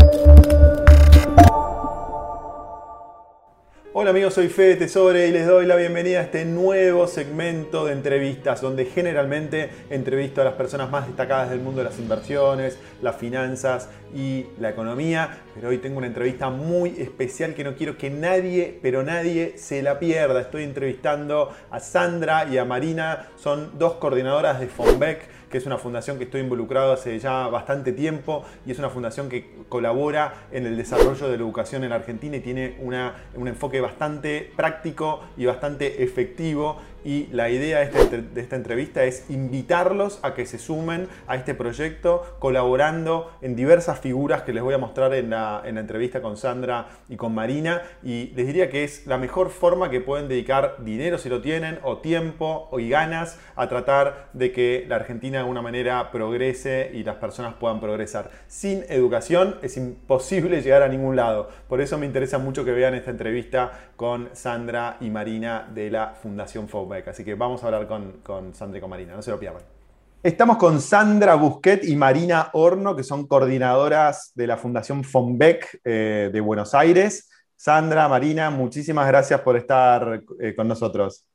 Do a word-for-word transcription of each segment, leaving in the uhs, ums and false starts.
Hola amigos, soy Fede Tesore y les doy la bienvenida a este nuevo segmento de entrevistas donde generalmente entrevisto a las personas más destacadas del mundo de las inversiones, las finanzas y la economía, pero hoy tengo una entrevista muy especial que no quiero que nadie, pero nadie se la pierda. Estoy entrevistando a Sandra y a Marina, son dos coordinadoras de Fonbec, que es una fundación que estoy involucrado hace ya bastante tiempo y es una fundación que colabora en el desarrollo de la educación en Argentina y tiene una, un enfoque bastante práctico y bastante efectivo. Y la idea de esta, de esta entrevista es invitarlos a que se sumen a este proyecto colaborando en diversas figuras que les voy a mostrar en la, en la entrevista con Sandra y con Marina. Y les diría que es la mejor forma que pueden dedicar dinero si lo tienen, o tiempo o y ganas a tratar de que la Argentina de alguna manera progrese y las personas puedan progresar. Sin educación es imposible llegar a ningún lado. Por eso me interesa mucho que vean esta entrevista con Sandra y Marina de la Fundación Fonbec. Así que vamos a hablar con, con Sandra y con Marina, no se lo pierdan. Estamos con Sandra Busquet y Marina Horno, que son coordinadoras de la Fundación Fonbec eh, de Buenos Aires. Sandra, Marina, muchísimas gracias por estar eh, con nosotros.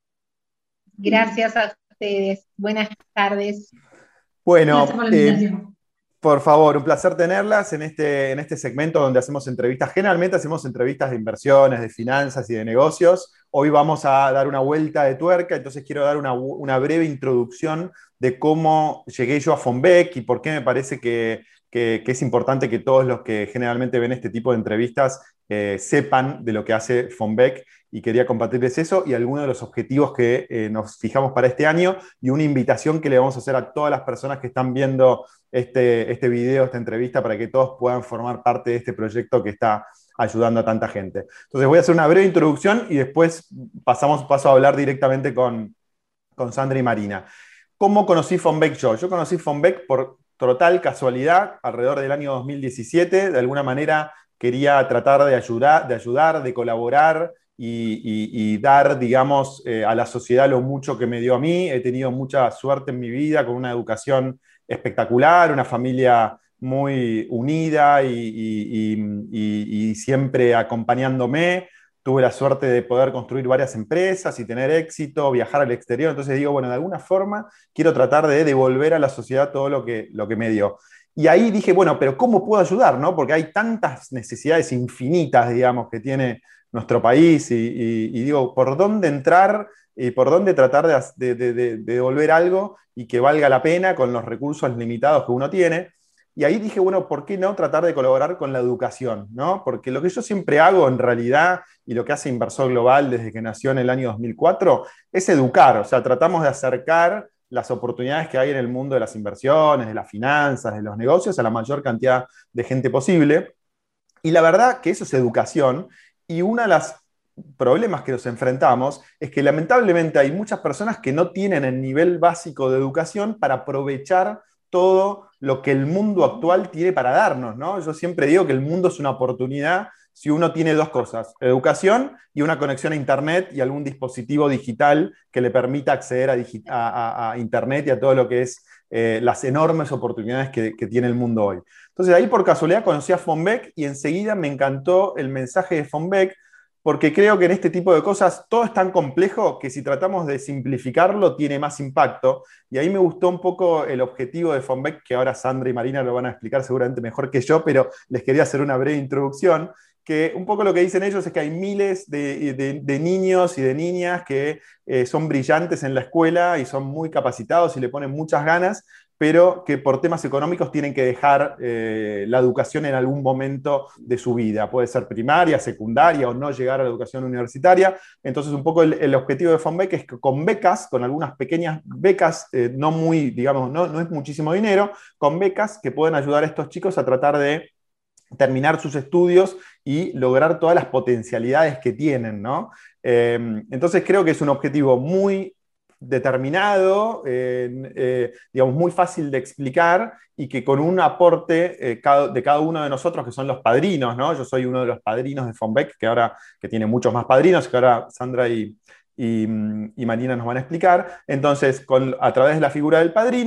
Gracias a ustedes. Buenas tardes. Bueno, Gracias por la invitación. Eh, por favor, un placer tenerlas en este, en este segmento donde hacemos entrevistas. Generalmente hacemos entrevistas de inversiones, de finanzas y de negocios. Hoy vamos a dar una vuelta de tuerca, entonces quiero dar una, una breve introducción de cómo llegué yo a Fonbec y por qué me parece que, que, que es importante que todos los que generalmente ven este tipo de entrevistas eh, sepan de lo que hace Fonbec. Y quería compartirles eso y algunos de los objetivos que eh, nos fijamos para este año y una invitación que le vamos a hacer a todas las personas que están viendo este, este video, esta entrevista, para que todos puedan formar parte de este proyecto que está ayudando a tanta gente. Entonces voy a hacer una breve introducción y después pasamos, paso a hablar directamente con, con Sandra y Marina. ¿Cómo conocí Fonbec yo? Yo conocí Fonbec por total casualidad, alrededor del año dos mil diecisiete. De alguna manera quería tratar de ayudar, de, ayudar, de colaborar, Y, y, y dar, digamos, eh, a la sociedad lo mucho que me dio a mí. He tenido mucha suerte en mi vida, con una educación espectacular, una familia muy unida y, y, y, y siempre acompañándome. Tuve la suerte de poder construir varias empresas y tener éxito, viajar al exterior. Entonces digo, bueno, de alguna forma quiero tratar de devolver a la sociedad todo lo que, lo que me dio. Y ahí dije, bueno, pero ¿cómo puedo ayudar? ¿No? Porque hay tantas necesidades infinitas, digamos, que tiene nuestro país y, y, y digo, ¿por dónde entrar y por dónde tratar de, de, de, de devolver algo y que valga la pena con los recursos limitados que uno tiene? Y ahí dije, bueno, ¿por qué no tratar de colaborar con la educación? ¿No? Porque lo que yo siempre hago en realidad, y lo que hace Inversor Global desde que nació en el año dos mil cuatro, es educar. O sea, tratamos de acercar las oportunidades que hay en el mundo de las inversiones, de las finanzas, de los negocios, a la mayor cantidad de gente posible. Y la verdad que eso es educación. Y uno de los problemas que nos enfrentamos es que lamentablemente hay muchas personas que no tienen el nivel básico de educación para aprovechar todo lo que el mundo actual tiene para darnos, ¿no? Yo siempre digo que el mundo es una oportunidad si uno tiene dos cosas: educación y una conexión a Internet y algún dispositivo digital que le permita acceder a, a, a, a Internet y a todo lo que es eh, las enormes oportunidades que, que tiene el mundo hoy. Entonces ahí por casualidad conocí a Fonbec y enseguida me encantó el mensaje de Fonbec, porque creo que en este tipo de cosas todo es tan complejo que si tratamos de simplificarlo tiene más impacto. Y ahí me gustó un poco el objetivo de Fonbec, que ahora Sandra y Marina lo van a explicar seguramente mejor que yo, pero les quería hacer una breve introducción, que un poco lo que dicen ellos es que hay miles de, de, de niños y de niñas que eh, son brillantes en la escuela y son muy capacitados y le ponen muchas ganas, pero que por temas económicos tienen que dejar eh, la educación en algún momento de su vida. Puede ser primaria, secundaria o no llegar a la educación universitaria. Entonces, un poco el, el objetivo de Fonbec es que con becas, con algunas pequeñas becas, eh, no muy, digamos, no, no es muchísimo dinero, con becas que pueden ayudar a estos chicos a tratar de terminar sus estudios y lograr todas las potencialidades que tienen, ¿no? Eh, entonces creo que es un objetivo muy determinado, eh, eh, digamos, muy fácil de explicar y que con un aporte eh, cada, de cada uno de nosotros, que son los padrinos, ¿no? Yo soy uno de los padrinos de Fonbec, que ahora que tiene muchos más padrinos, que ahora Sandra y, y, y Marina nos van a explicar. Entonces, con, a través de la figura del padrino,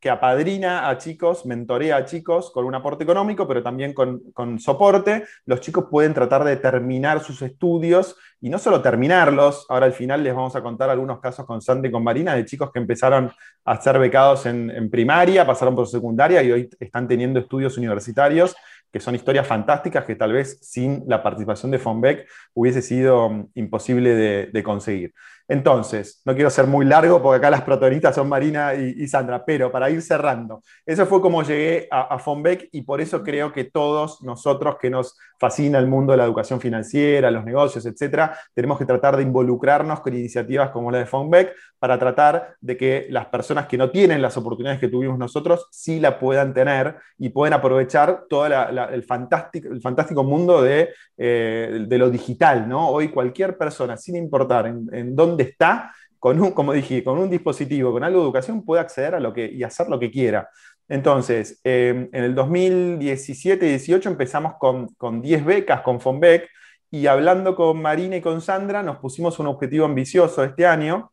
que apadrina a chicos, mentorea a chicos con un aporte económico, pero también con, con soporte. Los chicos pueden tratar de terminar sus estudios y no solo terminarlos, ahora al final les vamos a contar algunos casos con Sandra y con Marina de chicos que empezaron a ser becados en, en primaria, pasaron por secundaria y hoy están teniendo estudios universitarios, que son historias fantásticas que tal vez sin la participación de Fonbec hubiese sido um, imposible de, de conseguir. Entonces, no quiero ser muy largo porque acá las protagonistas son Marina y, y Sandra, pero para ir cerrando, eso fue como llegué a, a Fonbec y por eso creo que todos nosotros que nos fascina el mundo de la educación financiera, los negocios, etcétera, tenemos que tratar de involucrarnos con iniciativas como la de Fonbec para tratar de que las personas que no tienen las oportunidades que tuvimos nosotros sí la puedan tener y pueden aprovechar todo la, la, el, fantástico, el fantástico mundo de, eh, de lo digital, ¿no? Hoy cualquier persona, sin importar en, en dónde está, con un, como dije, con un dispositivo, con algo de educación, puede acceder a lo que, y hacer lo que quiera. Entonces, eh, en el dos mil diecisiete y dieciocho empezamos con, con diez becas con Fonbec y hablando con Marina y con Sandra nos pusimos un objetivo ambicioso este año,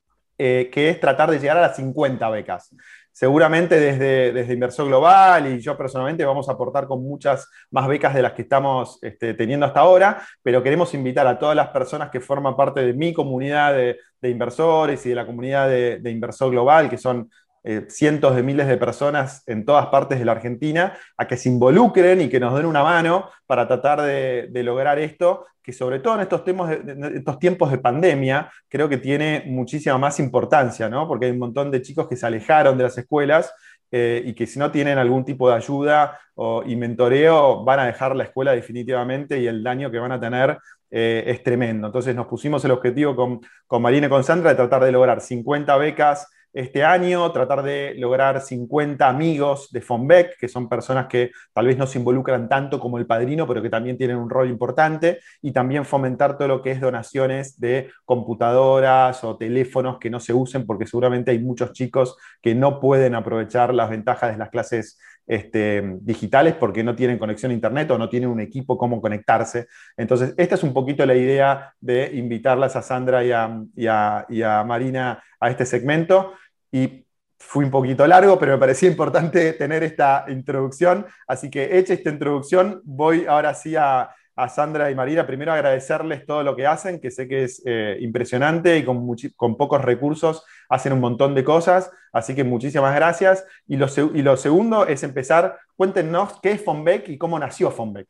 eh, que es tratar de llegar a las cincuenta becas. Seguramente desde, desde Inversor Global y yo personalmente vamos a aportar con muchas más becas de las que estamos este, teniendo hasta ahora, pero queremos invitar a todas las personas que forman parte de mi comunidad de, de inversores y de la comunidad de, de Inversor Global, que son eh, cientos de miles de personas en todas partes de la Argentina, a que se involucren y que nos den una mano para tratar de, de lograr esto, que sobre todo en estos, temas de, de, estos tiempos de pandemia, creo que tiene muchísima más importancia, ¿no? Porque hay un montón de chicos que se alejaron de las escuelas eh, y que si no tienen algún tipo de ayuda o, y mentoreo, van a dejar la escuela definitivamente y el daño que van a tener eh, es tremendo. Entonces nos pusimos el objetivo con, con Marina y con Sandra de tratar de lograr cincuenta becas este año, tratar de lograr cincuenta amigos de Fonbec, que son personas que tal vez no se involucran tanto como el padrino, pero que también tienen un rol importante, y también fomentar todo lo que es donaciones de computadoras o teléfonos que no se usen, porque seguramente hay muchos chicos que no pueden aprovechar las ventajas de las clases este, digitales porque no tienen conexión a internet o no tienen un equipo cómo conectarse. Entonces, esta es un poquito la idea de invitarlas a Sandra y a, y a, y a Marina a este segmento. Y fui un poquito largo, pero me parecía importante tener esta introducción. Así que hecha esta introducción, voy ahora sí a, a Sandra y Marina. Primero agradecerles todo lo que hacen, que sé que es eh, impresionante y con, con pocos recursos hacen un montón de cosas. Así que muchísimas gracias. Y lo, y lo segundo es empezar, cuéntenos qué es Fonbec y cómo nació Fonbec.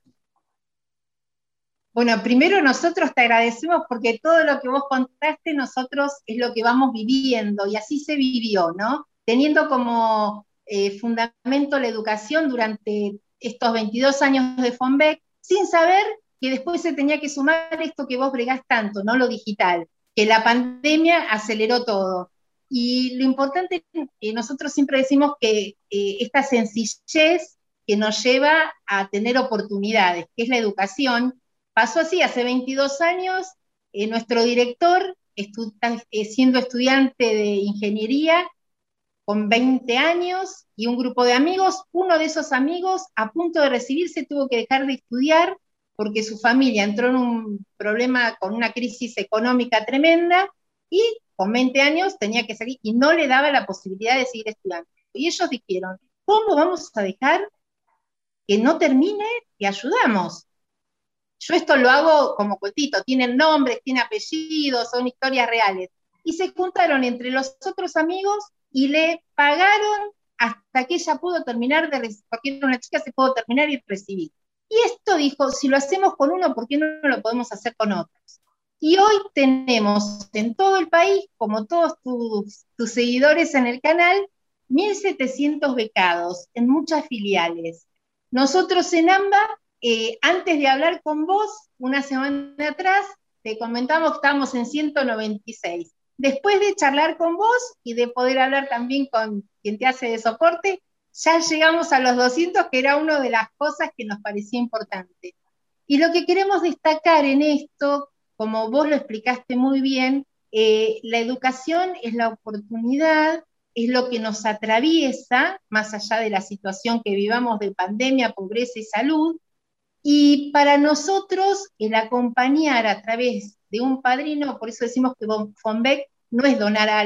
Bueno, primero nosotros te agradecemos porque todo lo que vos contaste nosotros es lo que vamos viviendo y así se vivió, ¿no? Teniendo como eh, fundamento la educación durante estos veintidós años de Fonbec, sin saber que después se tenía que sumar esto que vos bregás tanto, ¿no? Lo digital, que la pandemia aceleró todo. Y lo importante, eh, nosotros siempre decimos que eh, esta sencillez que nos lleva a tener oportunidades, que es la educación. Pasó así, hace veintidós años, eh, nuestro director, estu eh, siendo estudiante de ingeniería, con veinte años, y un grupo de amigos, uno de esos amigos, a punto de recibirse, tuvo que dejar de estudiar porque su familia entró en un problema con una crisis económica tremenda, y con veinte años tenía que salir, y no le daba la posibilidad de seguir estudiando. Y ellos dijeron, ¿cómo vamos a dejar que no termine? Y ayudamos. Yo esto lo hago como cuentito, tienen nombres, tienen apellidos, son historias reales. Y se juntaron entre los otros amigos y le pagaron hasta que ella pudo terminar de recibir, porque era una chica, se pudo terminar y recibir. Y esto dijo, si lo hacemos con uno, ¿por qué no lo podemos hacer con otros? Y hoy tenemos en todo el país, como todos tus, tus seguidores en el canal, mil setecientos becados en muchas filiales. Nosotros en AMBA, Eh, antes de hablar con vos, una semana atrás, te comentamos que estábamos en ciento noventa y seis. Después de charlar con vos y de poder hablar también con quien te hace de soporte, ya llegamos a los doscientos, que era una de las cosas que nos parecía importante. Y lo que queremos destacar en esto, como vos lo explicaste muy bien, eh, la educación es la oportunidad, es lo que nos atraviesa, más allá de la situación que vivamos de pandemia, pobreza y salud. Y para nosotros, el acompañar a través de un padrino, por eso decimos que Fonbec no es donar algo,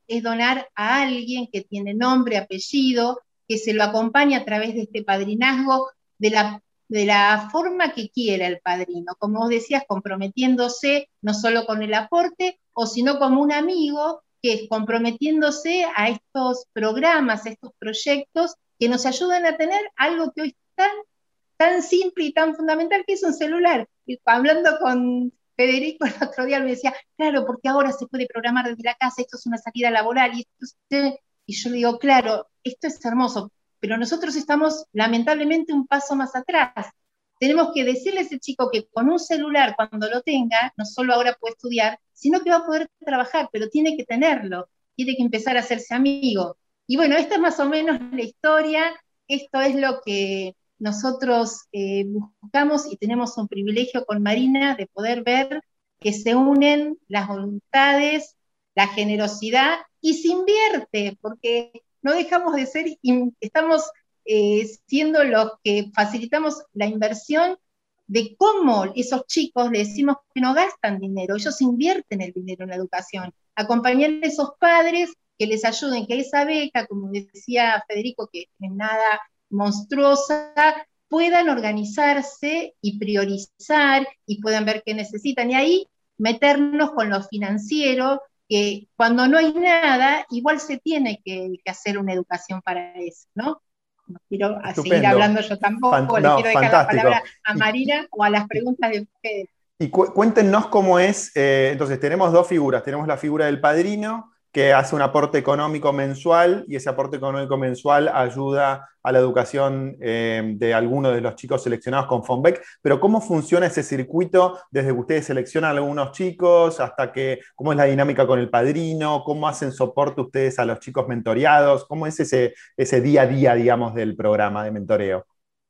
es donar a alguien que tiene nombre, apellido, que se lo acompaña a través de este padrinazgo de la, de la forma que quiera el padrino. Como vos decías, comprometiéndose no solo con el aporte, o sino como un amigo que es comprometiéndose a estos programas, a estos proyectos que nos ayudan a tener algo que hoy es tan, tan simple y tan fundamental, que es un celular. Y hablando con Federico el otro día me decía, claro, porque ahora se puede programar desde la casa, esto es una salida laboral, y, esto es... y yo le digo, claro, esto es hermoso, pero nosotros estamos lamentablemente un paso más atrás. Tenemos que decirle a ese chico que con un celular, cuando lo tenga, no solo ahora puede estudiar, sino que va a poder trabajar, pero tiene que tenerlo, tiene que empezar a hacerse amigo. Y bueno, esta es más o menos la historia, esto es lo que nosotros eh, buscamos, y tenemos un privilegio con Marina de poder ver que se unen las voluntades, la generosidad, y se invierte, porque no dejamos de ser, estamos eh, siendo los que facilitamos la inversión de cómo esos chicos le decimos que no gastan dinero, ellos invierten el dinero en la educación, acompañar a esos padres que les ayuden, que esa beca, como decía Federico, que es nada monstruosa, puedan organizarse y priorizar y puedan ver qué necesitan, y ahí meternos con lo financiero, que cuando no hay nada, igual se tiene que, que hacer una educación para eso, ¿no? No quiero seguir Estupendo. hablando yo tampoco, Fan- le no, quiero dejar la palabra fantástico. a Y, Marina o a las preguntas de ustedes. Y cu- cuéntenos cómo es, eh, entonces tenemos dos figuras, tenemos la figura del padrino, que hace un aporte económico mensual, y ese aporte económico mensual ayuda a la educación eh, de algunos de los chicos seleccionados con Fonbec, pero ¿cómo funciona ese circuito desde que ustedes seleccionan a algunos chicos hasta que, cómo es la dinámica con el padrino, cómo hacen soporte ustedes a los chicos mentoreados, cómo es ese, ese día a día, digamos, del programa de mentoreo?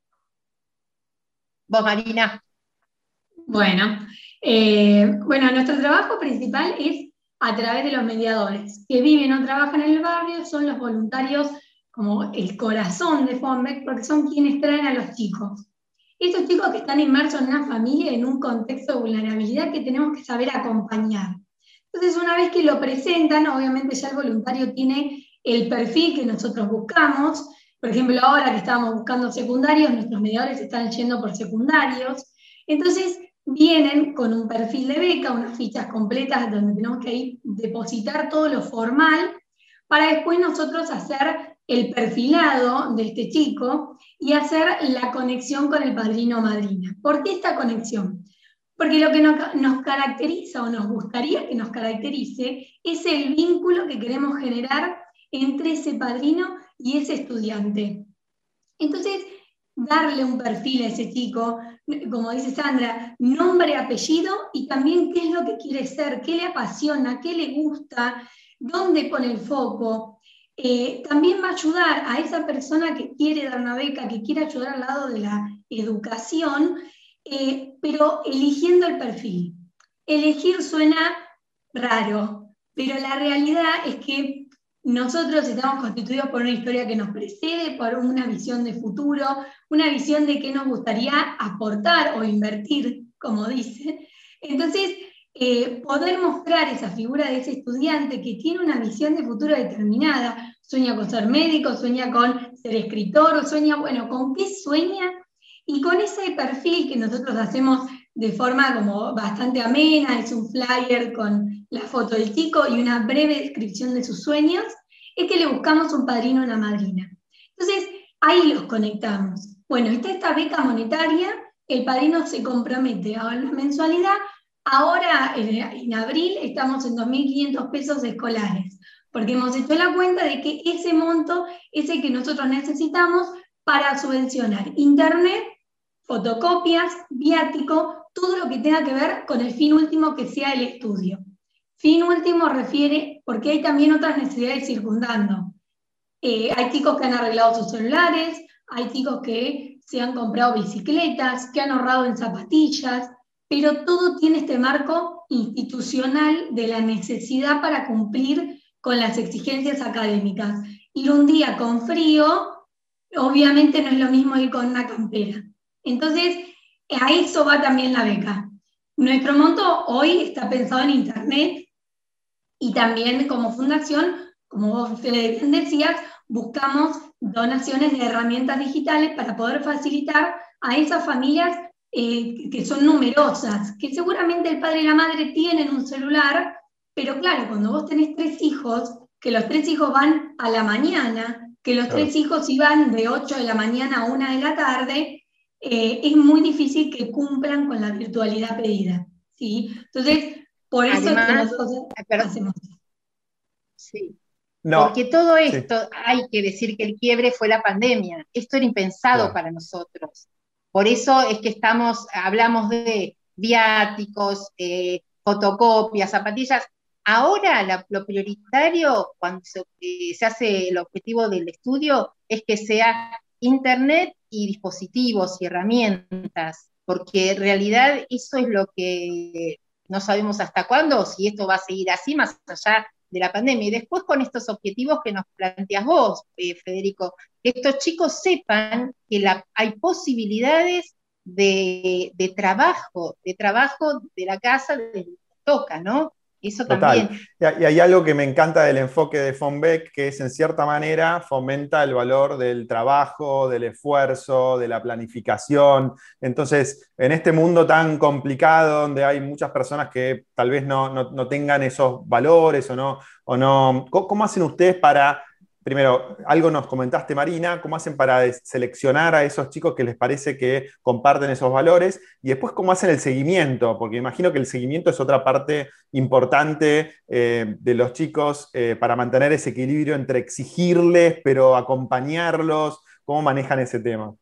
Vos, Marina. Bueno, eh, bueno, nuestro trabajo principal es a través de los mediadores que viven o trabajan en el barrio, son los voluntarios como el corazón de Fonbec, porque son quienes traen a los chicos. Estos chicos que están inmersos en una familia, en un contexto de vulnerabilidad que tenemos que saber acompañar. Entonces, una vez que lo presentan, obviamente ya el voluntario tiene el perfil que nosotros buscamos. Por ejemplo, ahora que estábamos buscando secundarios, nuestros mediadores están yendo por secundarios. Entonces, vienen con un perfil de beca, unas fichas completas donde tenemos que ir depositar todo lo formal, para después nosotros hacer el perfilado de este chico y hacer la conexión con el padrino o madrina. ¿Por qué esta conexión? Porque lo que nos caracteriza o nos gustaría que nos caracterice es el vínculo que queremos generar entre ese padrino y ese estudiante. Entonces, darle un perfil a ese chico, como dice Sandra, nombre, apellido, y también qué es lo que quiere ser, qué le apasiona, qué le gusta, dónde pone el foco. Eh, también va a ayudar a esa persona que quiere dar una beca, que quiere ayudar al lado de la educación, eh, pero eligiendo el perfil. Elegir suena raro, pero la realidad es que nosotros estamos constituidos por una historia que nos precede, por una visión de futuro, una visión de qué nos gustaría aportar o invertir, como dice. Entonces, eh, poder mostrar esa figura de ese estudiante que tiene una visión de futuro determinada, sueña con ser médico, sueña con ser escritor, sueña, bueno, ¿con qué sueña? Y con ese perfil que nosotros hacemos de forma como bastante amena, es un flyer con la foto del chico y una breve descripción de sus sueños, es que le buscamos un padrino o una madrina. Entonces, ahí los conectamos. Bueno, está esta beca monetaria, el padrino se compromete a una mensualidad, ahora en abril estamos en dos mil quinientos pesos escolares, porque hemos hecho la cuenta de que ese monto es el que nosotros necesitamos para subvencionar internet, fotocopias, viático, todo lo que tenga que ver con el fin último que sea el estudio. Fin último refiere, porque hay también otras necesidades circundando. Eh, hay chicos que han arreglado sus celulares, hay chicos que se han comprado bicicletas, que han ahorrado en zapatillas, pero todo tiene este marco institucional de la necesidad para cumplir con las exigencias académicas. Ir un día con frío, obviamente no es lo mismo ir con una campera. Entonces, a eso va también la beca. Nuestro monto hoy está pensado en internet y también como fundación como vos bien decías, buscamos donaciones de herramientas digitales para poder facilitar a esas familias eh, que son numerosas, que seguramente el padre y la madre tienen un celular, pero claro, cuando vos tenés tres hijos, que los tres hijos van a la mañana, que los Claro. tres hijos iban de ocho de la mañana a una de la tarde, eh, es muy difícil que cumplan con la virtualidad pedida, ¿sí? Entonces, por eso es que Además, nosotros perdón, hacemos. sí, No, porque todo sí, esto, hay que decir que el quiebre fue la pandemia. Esto era impensado claro. para nosotros. Por eso es que estamos, hablamos de viáticos, eh, fotocopias, zapatillas. Ahora la- lo prioritario, cuando se, eh, se hace el objetivo del estudio, es que sea internet y dispositivos y herramientas, porque en realidad eso es lo que no sabemos hasta cuándo, o si esto va a seguir así, más allá de la pandemia. Y después con estos objetivos que nos planteas vos, eh, Federico, que estos chicos sepan que la, hay posibilidades de, de trabajo, de trabajo de la casa desde que toca, ¿no? Eso Total. también. Y y hay algo que me encanta del enfoque de von Beck, que es en cierta manera fomenta el valor del trabajo, del esfuerzo, de la planificación. Entonces, en este mundo tan complicado, donde hay muchas personas que tal vez no, no, no tengan esos valores o no, o no, ¿cómo, cómo hacen ustedes para, primero, algo nos comentaste, Marina, cómo hacen para seleccionar a esos chicos que les parece que comparten esos valores? Y después, ¿cómo hacen el seguimiento? Porque imagino que el seguimiento es otra parte importante eh, de los chicos eh, para mantener ese equilibrio entre exigirles, pero acompañarlos. ¿Cómo manejan ese tema?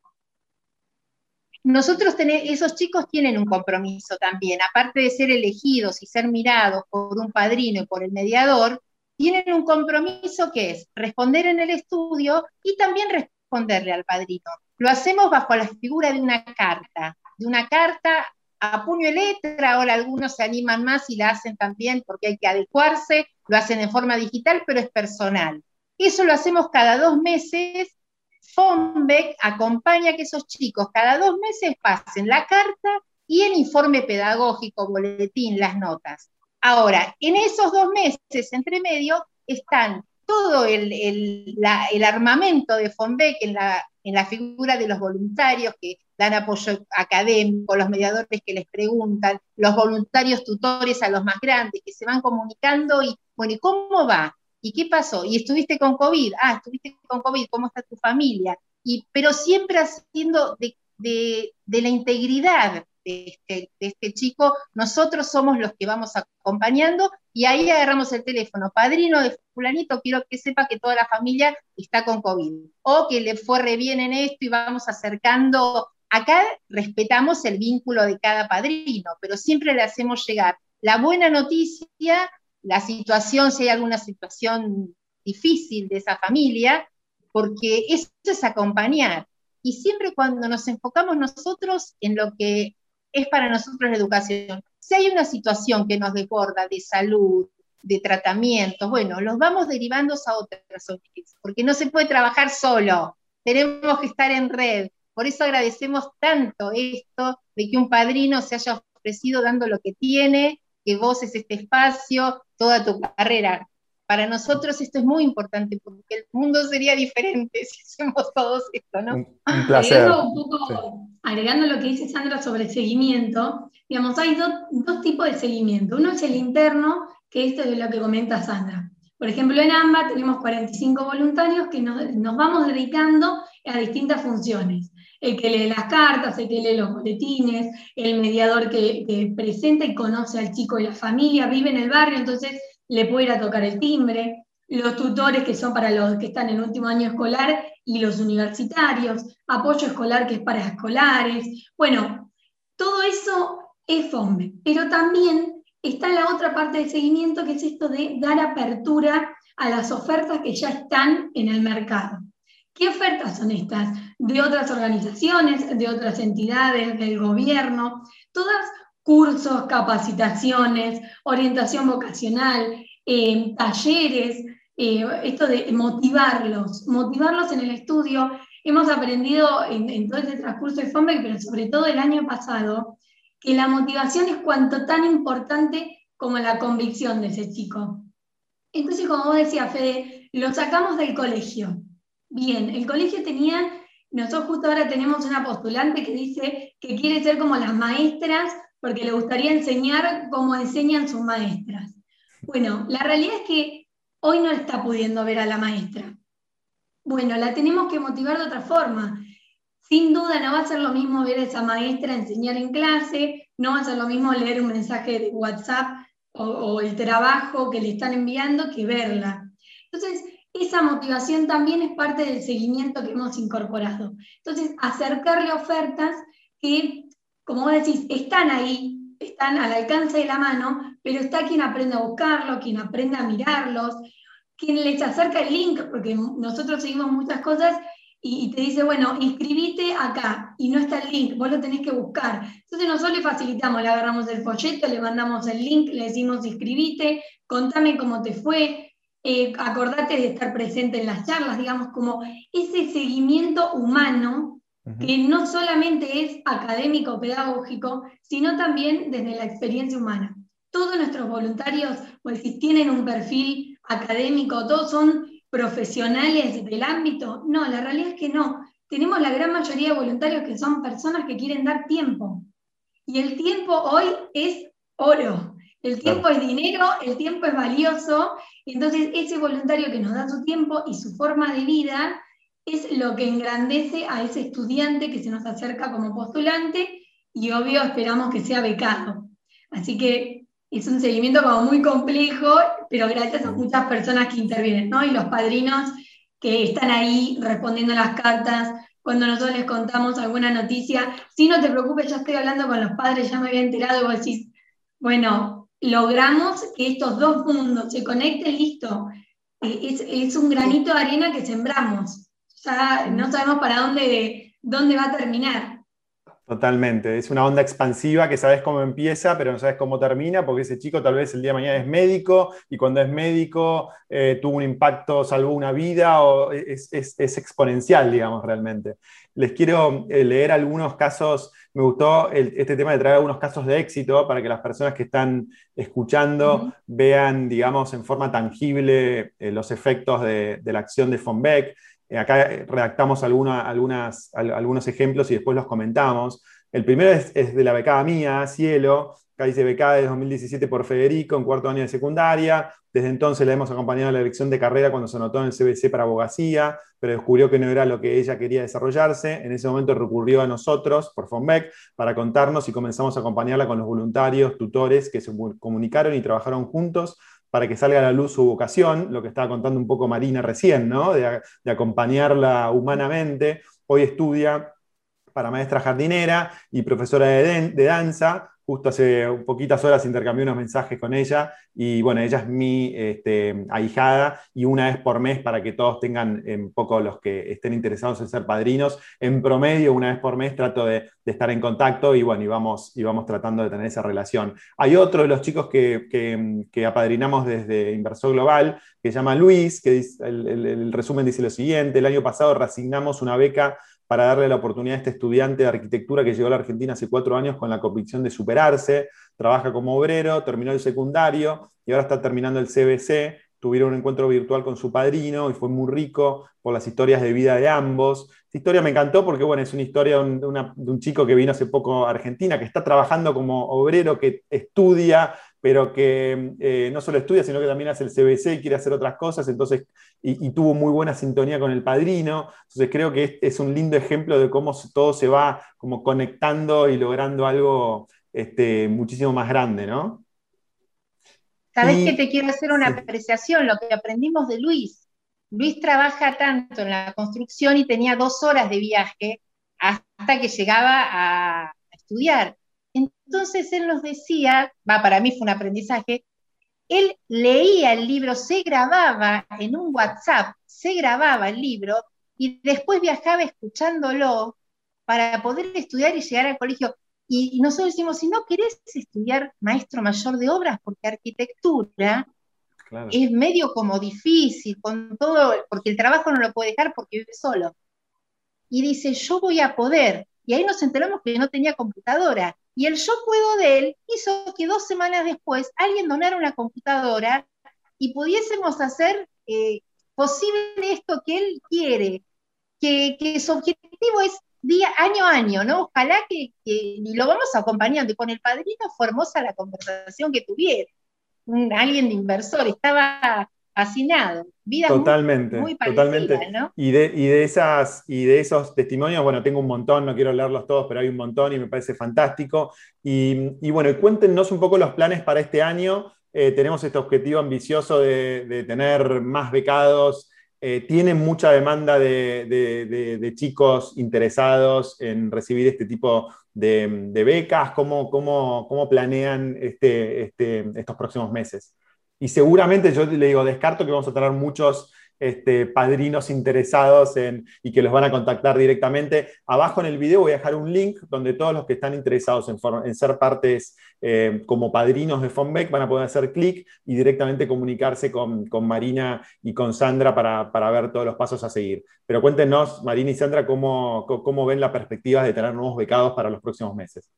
Nosotros tenemos, esos chicos tienen un compromiso también, aparte de ser elegidos y ser mirados por un padrino y por el mediador, tienen un compromiso que es responder en el estudio y también responderle al padrino. Lo hacemos bajo la figura de una carta, de una carta a puño y letra. Ahora algunos se animan más y la hacen también porque hay que adecuarse, lo hacen en forma digital, pero es personal. Eso lo hacemos cada dos meses. von Beck acompaña a que esos chicos cada dos meses pasen la carta y el informe pedagógico, boletín, las notas. Ahora, en esos dos meses entre medio están todo el, el, la, el armamento de von Beck en la, en la figura de los voluntarios que dan apoyo académico, los mediadores que les preguntan, los voluntarios tutores a los más grandes que se van comunicando y, bueno, ¿y cómo va? ¿Y qué pasó? ¿Y estuviste con COVID? Ah, estuviste con COVID, ¿cómo está tu familia? Y, pero siempre haciendo de, de, de la integridad de este, de este chico, nosotros somos los que vamos acompañando y ahí agarramos el teléfono, padrino de fulanito, quiero que sepa que toda la familia está con COVID, o que le fue re bien en esto y vamos acercando. Acá respetamos el vínculo de cada padrino, pero siempre le hacemos llegar la buena noticia, la situación, si hay alguna situación difícil de esa familia, porque eso es acompañar. Y siempre cuando nos enfocamos nosotros en lo que es para nosotros la educación, si hay una situación que nos desborda de salud, de tratamientos, bueno, los vamos derivando a otras O N Ges, porque no se puede trabajar solo, tenemos que estar en red. Por eso agradecemos tanto esto de que un padrino se haya ofrecido dando lo que tiene, que voces este espacio, toda tu carrera. Para nosotros esto es muy importante porque el mundo sería diferente si hacemos todos esto, ¿no? Un, un Agregando placer. un poco, Sí. agregando lo que dice Sandra sobre el seguimiento, digamos, hay do, dos tipos de seguimiento. Uno es el interno, que esto es lo que comenta Sandra. Por ejemplo, en AMBA tenemos cuarenta y cinco voluntarios que nos, nos vamos dedicando a distintas funciones. El que lee las cartas, el que lee los boletines, el mediador que, que presenta y conoce al chico y la familia, vive en el barrio, entonces le puede ir a tocar el timbre, los tutores que son para los que están en último año escolar y los universitarios, apoyo escolar que es para escolares. Bueno, todo eso es von Beck, pero también está la otra parte del seguimiento, que es esto de dar apertura a las ofertas que ya están en el mercado. ¿Qué ofertas son estas? De otras organizaciones, de otras entidades, del gobierno, todas cursos, capacitaciones, orientación vocacional, eh, talleres, eh, esto de motivarlos, motivarlos en el estudio. Hemos aprendido en, en todo este transcurso de von Beck, pero sobre todo el año pasado, que la motivación es cuanto tan importante como la convicción de ese chico. Entonces, como vos decías, Fede, lo sacamos del colegio. Bien, el colegio tenía, nosotros justo ahora tenemos una postulante que dice que quiere ser como las maestras porque le gustaría enseñar como enseñan sus maestras. Bueno, la realidad es que hoy no está pudiendo ver a la maestra. Bueno, la tenemos que motivar de otra forma. Sin duda no va a ser lo mismo ver a esa maestra enseñar en clase, no va a ser lo mismo leer un mensaje de WhatsApp o, o el trabajo que le están enviando que verla. Entonces, esa motivación también es parte del seguimiento que hemos incorporado. Entonces, acercarle ofertas que, como vos decís, están ahí, están al alcance de la mano, pero está quien aprende a buscarlo, quien aprende a mirarlos, quien les acerca el link, porque nosotros seguimos muchas cosas y, y te dice, bueno, inscribite acá, y no está el link, vos lo tenés que buscar. Entonces nosotros le facilitamos, le agarramos el folleto, le mandamos el link, le decimos inscribite, contame cómo te fue, eh, acordate de estar presente en las charlas, digamos, como ese seguimiento humano, uh-huh, que no solamente es académico, pedagógico, sino también desde la experiencia humana. Todos nuestros voluntarios, pues si tienen un perfil académico, todos son profesionales del ámbito. No, la realidad es que no. Tenemos la gran mayoría de voluntarios que son personas que quieren dar tiempo. Y el tiempo hoy es oro. El tiempo claro. es dinero, el tiempo es valioso. Entonces ese voluntario que nos da su tiempo y su forma de vida es lo que engrandece a ese estudiante que se nos acerca como postulante y obvio esperamos que sea becado. Así que es un seguimiento como muy complejo, pero gracias a muchas personas que intervienen, ¿no? Y los padrinos que están ahí respondiendo las cartas, cuando nosotros les contamos alguna noticia, si no te preocupes, ya estoy hablando con los padres, ya me había enterado, y vos decís, bueno, logramos que estos dos mundos se conecten, listo. Es, es un granito de arena que sembramos. Ya no sabemos para dónde, dónde va a terminar. Totalmente, es una onda expansiva que sabes cómo empieza, pero no sabes cómo termina, porque ese chico tal vez el día de mañana es médico, y cuando es médico eh, tuvo un impacto, salvó una vida, o es, es, es exponencial, digamos, realmente. Les quiero eh, leer algunos casos, me gustó el, este tema de traer algunos casos de éxito para que las personas que están escuchando uh-huh. vean, digamos, en forma tangible eh, los efectos de, de la acción de Fonbec. Acá redactamos alguna, algunas, algunos ejemplos y después los comentamos. El primero es, es de la becada mía, Cielo. Acá dice becada de dos mil diecisiete por Federico, en cuarto año de secundaria. Desde entonces la hemos acompañado en la elección de carrera cuando se anotó en el C B C para abogacía, pero descubrió que no era lo que ella quería desarrollarse. En ese momento recurrió a nosotros, por Fonbec, para contarnos y comenzamos a acompañarla con los voluntarios, tutores que se comunicaron y trabajaron juntos para que salga a la luz su vocación, lo que estaba contando un poco Marina recién, ¿no? de, de acompañarla humanamente. Hoy estudia para maestra jardinera y profesora de, de danza. Justo hace poquitas horas intercambié unos mensajes con ella y bueno, ella es mi este, ahijada y una vez por mes para que todos tengan un poco los que estén interesados en ser padrinos, en promedio una vez por mes trato de, de estar en contacto y bueno, y vamos, y vamos tratando de tener esa relación. Hay otro de los chicos que, que, que apadrinamos desde Inversor Global que se llama Luis, que dice, el, el, el resumen dice lo siguiente: el año pasado reasignamos una beca para darle la oportunidad a este estudiante de arquitectura que llegó a la Argentina hace cuatro años con la convicción de superarse, trabaja como obrero, terminó el secundario y ahora está terminando el C B C, tuvieron un encuentro virtual con su padrino y fue muy rico por las historias de vida de ambos. Esta historia me encantó porque bueno, es una historia de un, de una, de un chico que vino hace poco a Argentina, que está trabajando como obrero, que estudia, pero que eh, no solo estudia, sino que también hace el C B C y quiere hacer otras cosas, entonces, y, y tuvo muy buena sintonía con el padrino. Entonces creo que es, es un lindo ejemplo de cómo todo se va como conectando y logrando algo este, muchísimo más grande, ¿no? ¿Sabés y, que te quiero hacer una sí. apreciación? Lo que aprendimos de Luis. Luis trabaja tanto en la construcción y tenía dos horas de viaje hasta que llegaba a estudiar. Entonces él nos decía, va, para mí fue un aprendizaje, él leía el libro, se grababa en un WhatsApp, se grababa el libro y después viajaba escuchándolo para poder estudiar y llegar al colegio. Y, y nosotros decimos, si no querés estudiar maestro mayor de obras, porque arquitectura claro. es medio como difícil, con todo, porque el trabajo no lo puede dejar porque vive solo. Y dice, yo voy a poder. Y ahí nos enteramos que no tenía computadora. Y el yo puedo de él hizo que dos semanas después alguien donara una computadora y pudiésemos hacer eh, posible esto que él quiere, que, que su objetivo es día, año a año, ¿no? Ojalá que, que y lo vamos acompañando. Y con el padrino fue hermosa la conversación que tuvieron. Un, alguien de inversor, estaba fascinado. Vidas muy, Totalmente, muy parecidas, totalmente. ¿no? Y de, y de esas, y de esos testimonios, bueno, tengo un montón, no quiero leerlos todos, pero hay un montón y me parece fantástico. Y, y bueno, cuéntenos un poco los planes para este año. Eh, tenemos este objetivo ambicioso de, de tener más becados. Eh, ¿tienen mucha demanda de, de- de- de chicos interesados en recibir este tipo de, de becas? ¿Cómo, cómo, cómo planean este, este, estos próximos meses? Y seguramente yo le digo, descarto que vamos a tener muchos este, padrinos interesados en, y que los van a contactar directamente. Abajo en el video voy a dejar un link donde todos los que están interesados en, en ser partes eh, como padrinos de FOMBEC van a poder hacer clic y directamente comunicarse con, con Marina y con Sandra para, para ver todos los pasos a seguir. Pero cuéntenos, Marina y Sandra, cómo, cómo ven la perspectiva de tener nuevos becados para los próximos meses.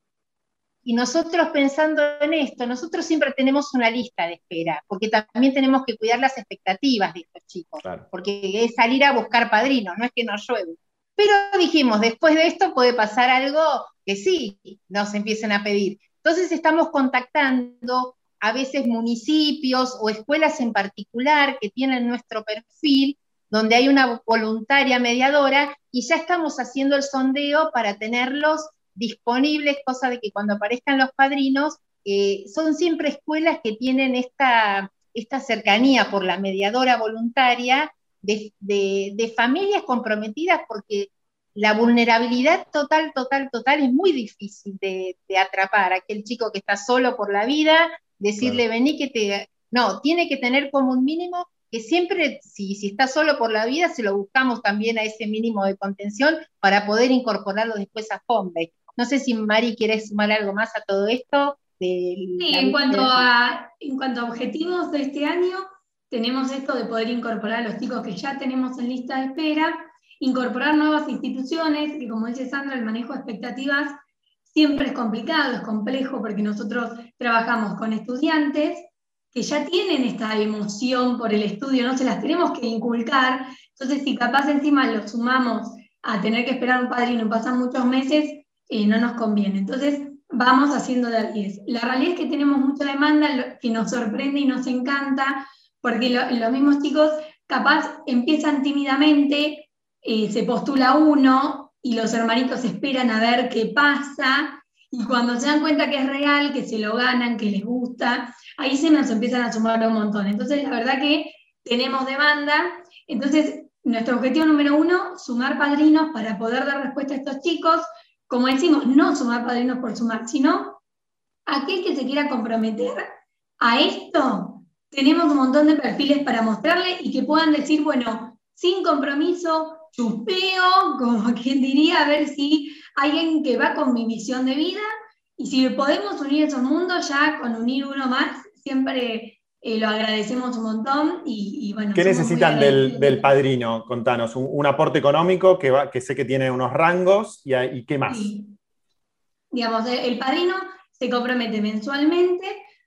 Y nosotros pensando en esto, nosotros siempre tenemos una lista de espera, porque también tenemos que cuidar las expectativas de estos chicos, Claro. porque es salir a buscar padrinos, no es que nos llueve. Pero dijimos, después de esto puede pasar algo que sí nos empiecen a pedir. Entonces estamos contactando a veces municipios o escuelas en particular que tienen nuestro perfil, donde hay una voluntaria mediadora, y ya estamos haciendo el sondeo para tenerlos disponibles, cosa de que cuando aparezcan los padrinos, eh, son siempre escuelas que tienen esta, esta cercanía por la mediadora voluntaria de, de, de familias comprometidas, porque la vulnerabilidad total, total, total es muy difícil de, de atrapar. Aquel chico que está solo por la vida, decirle, claro, vení que te... No, tiene que tener como un mínimo que siempre, si, si está solo por la vida, se lo buscamos también a ese mínimo de contención para poder incorporarlo después a FOMBEC. No sé si Mari quiere sumar algo más a todo esto. Sí, en cuanto, a, en cuanto a objetivos de este año, tenemos esto de poder incorporar a los chicos que ya tenemos en lista de espera, incorporar nuevas instituciones, que como dice Sandra, el manejo de expectativas siempre es complicado, es complejo, porque nosotros trabajamos con estudiantes que ya tienen esta emoción por el estudio, no se las tenemos que inculcar. Entonces, si capaz encima lo sumamos a tener que esperar un padrino y pasan muchos meses, eh, no nos conviene. Entonces, vamos haciendo de a diez. La realidad es que tenemos mucha demanda, que nos sorprende y nos encanta, porque lo, los mismos chicos capaz empiezan tímidamente, eh, se postula uno y los hermanitos esperan a ver qué pasa, y cuando se dan cuenta que es real, que se lo ganan, que les gusta, ahí se nos empiezan a sumar un montón. Entonces, la verdad que tenemos demanda. Entonces, nuestro objetivo número uno, sumar padrinos para poder dar respuesta a estos chicos. Como decimos, no sumar padrinos por sumar, sino aquel que se quiera comprometer a esto, tenemos un montón de perfiles para mostrarle y que puedan decir, bueno, sin compromiso, chupeo, como quien diría, a ver si hay alguien que va con mi visión de vida, y si podemos unir esos mundos, ya con unir uno más, siempre eh, lo agradecemos un montón. Y, y bueno, ¿qué necesitan del, del padrino? Contanos, un, un aporte económico que, va, que sé que tiene unos rangos, y, y ¿qué más? Sí. Digamos, el padrino se compromete mensualmente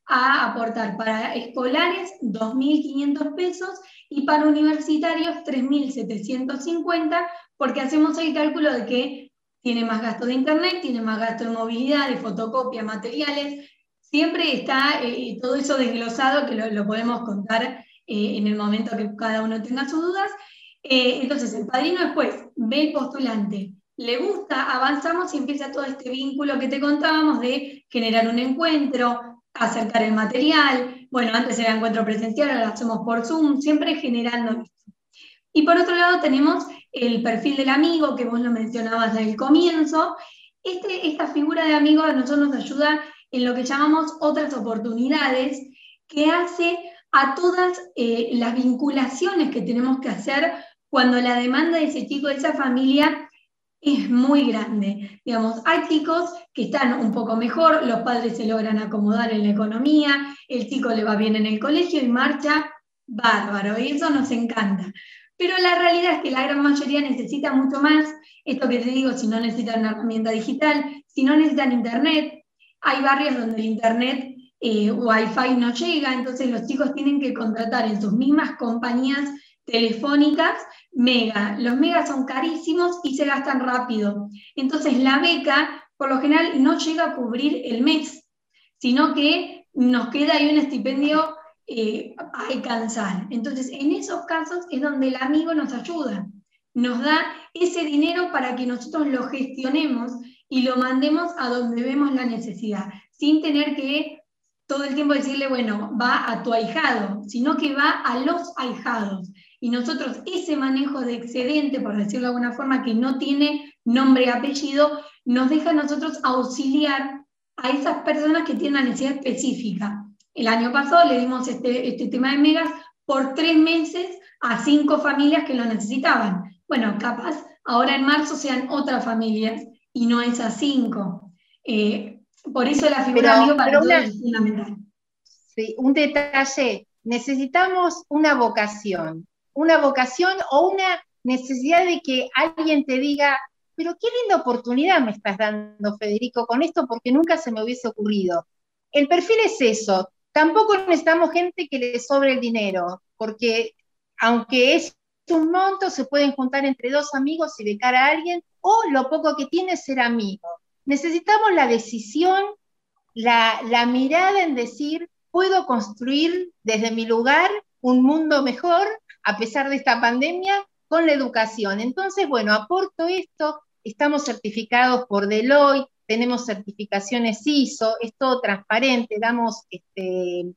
a aportar para escolares dos mil quinientos pesos y para universitarios tres mil setecientos cincuenta, porque hacemos el cálculo de que tiene más gasto de internet, tiene más gasto de movilidad, de fotocopia, materiales. Siempre está eh, todo eso desglosado, que lo, lo podemos contar eh, en el momento que cada uno tenga sus dudas. Eh, entonces, el padrino después ve el postulante, le gusta, avanzamos y empieza todo este vínculo que te contábamos de generar un encuentro, acercar el material. Bueno, antes era encuentro presencial, ahora lo hacemos por Zoom, siempre generando esto. Y por otro lado tenemos el perfil del amigo, que vos lo mencionabas desde el comienzo. Este, esta figura de amigo a nosotros nos ayuda en lo que llamamos otras oportunidades, que hace a todas eh, las vinculaciones que tenemos que hacer cuando la demanda de ese chico, de esa familia, es muy grande. Digamos, hay chicos que están un poco mejor, los padres se logran acomodar en la economía, el chico le va bien en el colegio y marcha bárbaro, y eso nos encanta. Pero la realidad es que la gran mayoría necesita mucho más. Esto que te digo, si no necesitan una herramienta digital, si no necesitan internet, hay barrios donde el internet eh, Wi-Fi no llega, entonces los chicos tienen que contratar en sus mismas compañías telefónicas mega. Los megas son carísimos y se gastan rápido. Entonces la beca, por lo general, no llega a cubrir el mes, sino que nos queda ahí un estipendio eh, a alcanzar. Entonces, en esos casos es donde el amigo nos ayuda. Nos da ese dinero para que nosotros lo gestionemos y lo mandemos a donde vemos la necesidad, sin tener que todo el tiempo decirle, bueno, va a tu ahijado, sino que va a los ahijados. Y nosotros ese manejo de excedente, por decirlo de alguna forma, que no tiene nombre y apellido, nos deja a nosotros auxiliar a esas personas que tienen una necesidad específica. El año pasado le dimos este, este tema de megas por tres meses a cinco familias que lo necesitaban. Bueno, capaz ahora en marzo sean otras familias y no esas cinco. Eh, por eso la figura Pero, amigo para pero nosotros una, es fundamental. sí, un detalle, necesitamos una vocación, una vocación o una necesidad de que alguien te diga, pero qué linda oportunidad me estás dando, Federico, con esto, porque nunca se me hubiese ocurrido. El perfil es eso. Tampoco necesitamos gente que le sobre el dinero, porque aunque es un monto, se pueden juntar entre dos amigos y becar a alguien, o lo poco que tiene es ser amigo. Necesitamos la decisión, la, la mirada en decir, puedo construir desde mi lugar un mundo mejor, a pesar de esta pandemia, con la educación. Entonces, bueno, aporto esto, estamos certificados por Deloitte, tenemos certificaciones I S O, es todo transparente, damos este,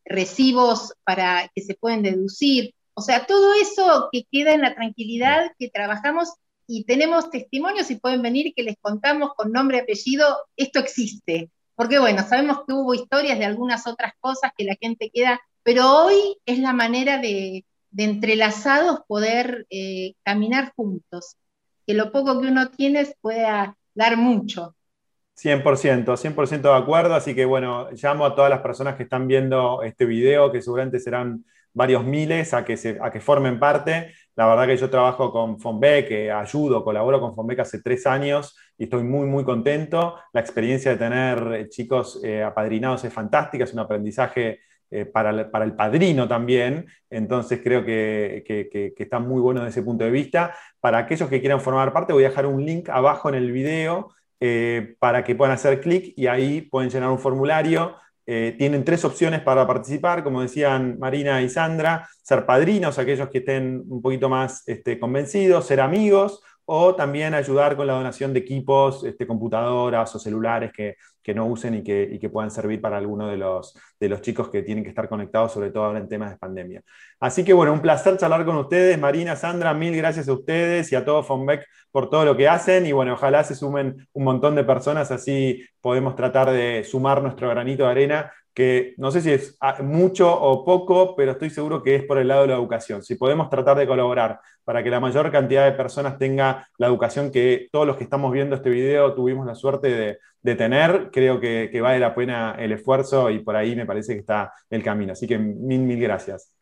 recibos para que se pueden deducir, o sea, todo eso que queda en la tranquilidad que trabajamos y tenemos testimonios y pueden venir y que les contamos con nombre y apellido, esto existe, porque bueno, sabemos que hubo historias de algunas otras cosas que la gente queda, pero hoy es la manera de, de entrelazados poder eh, caminar juntos, que lo poco que uno tiene pueda dar mucho. cien por ciento, cien por ciento de acuerdo, así que bueno, llamo a todas las personas que están viendo este video, que seguramente serán varios miles, a que, se, a que formen parte. La verdad que yo trabajo con Fonbec, que ayudo, colaboro con Fonbec hace tres años y estoy muy, muy contento. La experiencia de tener chicos eh, apadrinados es fantástica, es un aprendizaje eh, para, el, para el padrino también, entonces creo que, que, que, que está muy bueno desde ese punto de vista. Para aquellos que quieran formar parte, voy a dejar un link abajo en el video Eh, para que puedan hacer clic y ahí pueden llenar un formulario. Eh, tienen tres opciones para participar, como decían Marina y Sandra: ser padrinos, aquellos que estén un poquito más este, convencidos, ser amigos, o también ayudar con la donación de equipos, este, computadoras o celulares que, que no usen y que, y que puedan servir para alguno de los, de los chicos que tienen que estar conectados, sobre todo ahora en temas de pandemia. Así que bueno, un placer charlar con ustedes. Marina, Sandra, mil gracias a ustedes y a todo Fonbec por todo lo que hacen, y bueno, ojalá se sumen un montón de personas, así podemos tratar de sumar nuestro granito de arena, que no sé si es mucho o poco, pero estoy seguro que es por el lado de la educación. Si podemos tratar de colaborar para que la mayor cantidad de personas tenga la educación que todos los que estamos viendo este video tuvimos la suerte de, de tener, creo que, que vale la pena el esfuerzo, y por ahí me parece que está el camino. Así que mil, mil gracias.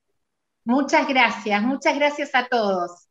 Muchas gracias, muchas gracias a todos.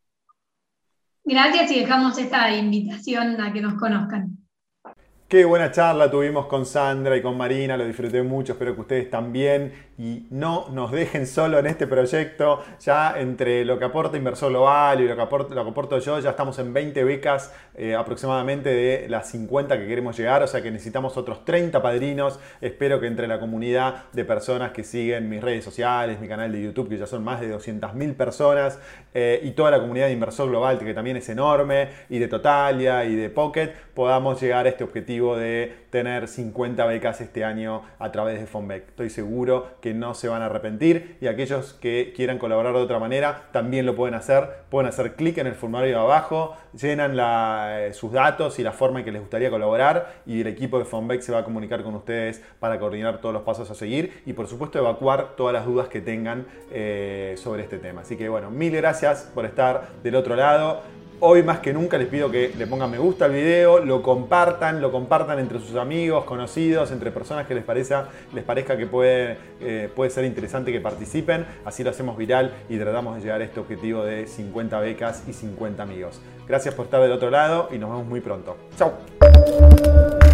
Gracias y dejamos esta invitación a que nos conozcan. Qué buena charla tuvimos con Sandra y con Marina, lo disfruté mucho, espero que ustedes también, y no nos dejen solo en este proyecto. Ya entre lo que aporta Inversor Global y lo que aporto, lo que aporto yo, ya estamos en veinte becas eh, aproximadamente de las cincuenta que queremos llegar, o sea que necesitamos otros treinta padrinos. Espero que entre la comunidad de personas que siguen mis redes sociales, mi canal de YouTube, que ya son más de doscientas mil personas, eh, y toda la comunidad de Inversor Global, que también es enorme, y de Totalia y de Pocket, podamos llegar a este objetivo de tener cincuenta becas este año a través de Fonbec. Estoy seguro que no se van a arrepentir, y aquellos que quieran colaborar de otra manera también lo pueden hacer. Pueden hacer clic en el formulario de abajo, llenan la, eh, sus datos y la forma en que les gustaría colaborar, y el equipo de Fonbec se va a comunicar con ustedes para coordinar todos los pasos a seguir y por supuesto evacuar todas las dudas que tengan eh, sobre este tema. Así que bueno, mil gracias por estar del otro lado. Hoy más que nunca les pido que le pongan me gusta al video, lo compartan, lo compartan entre sus amigos, conocidos, entre personas que les parezca, les parezca que puede, eh, puede ser interesante que participen. Así lo hacemos viral y tratamos de llegar a este objetivo de cincuenta becas y cincuenta amigos. Gracias por estar del otro lado y nos vemos muy pronto. ¡Chao!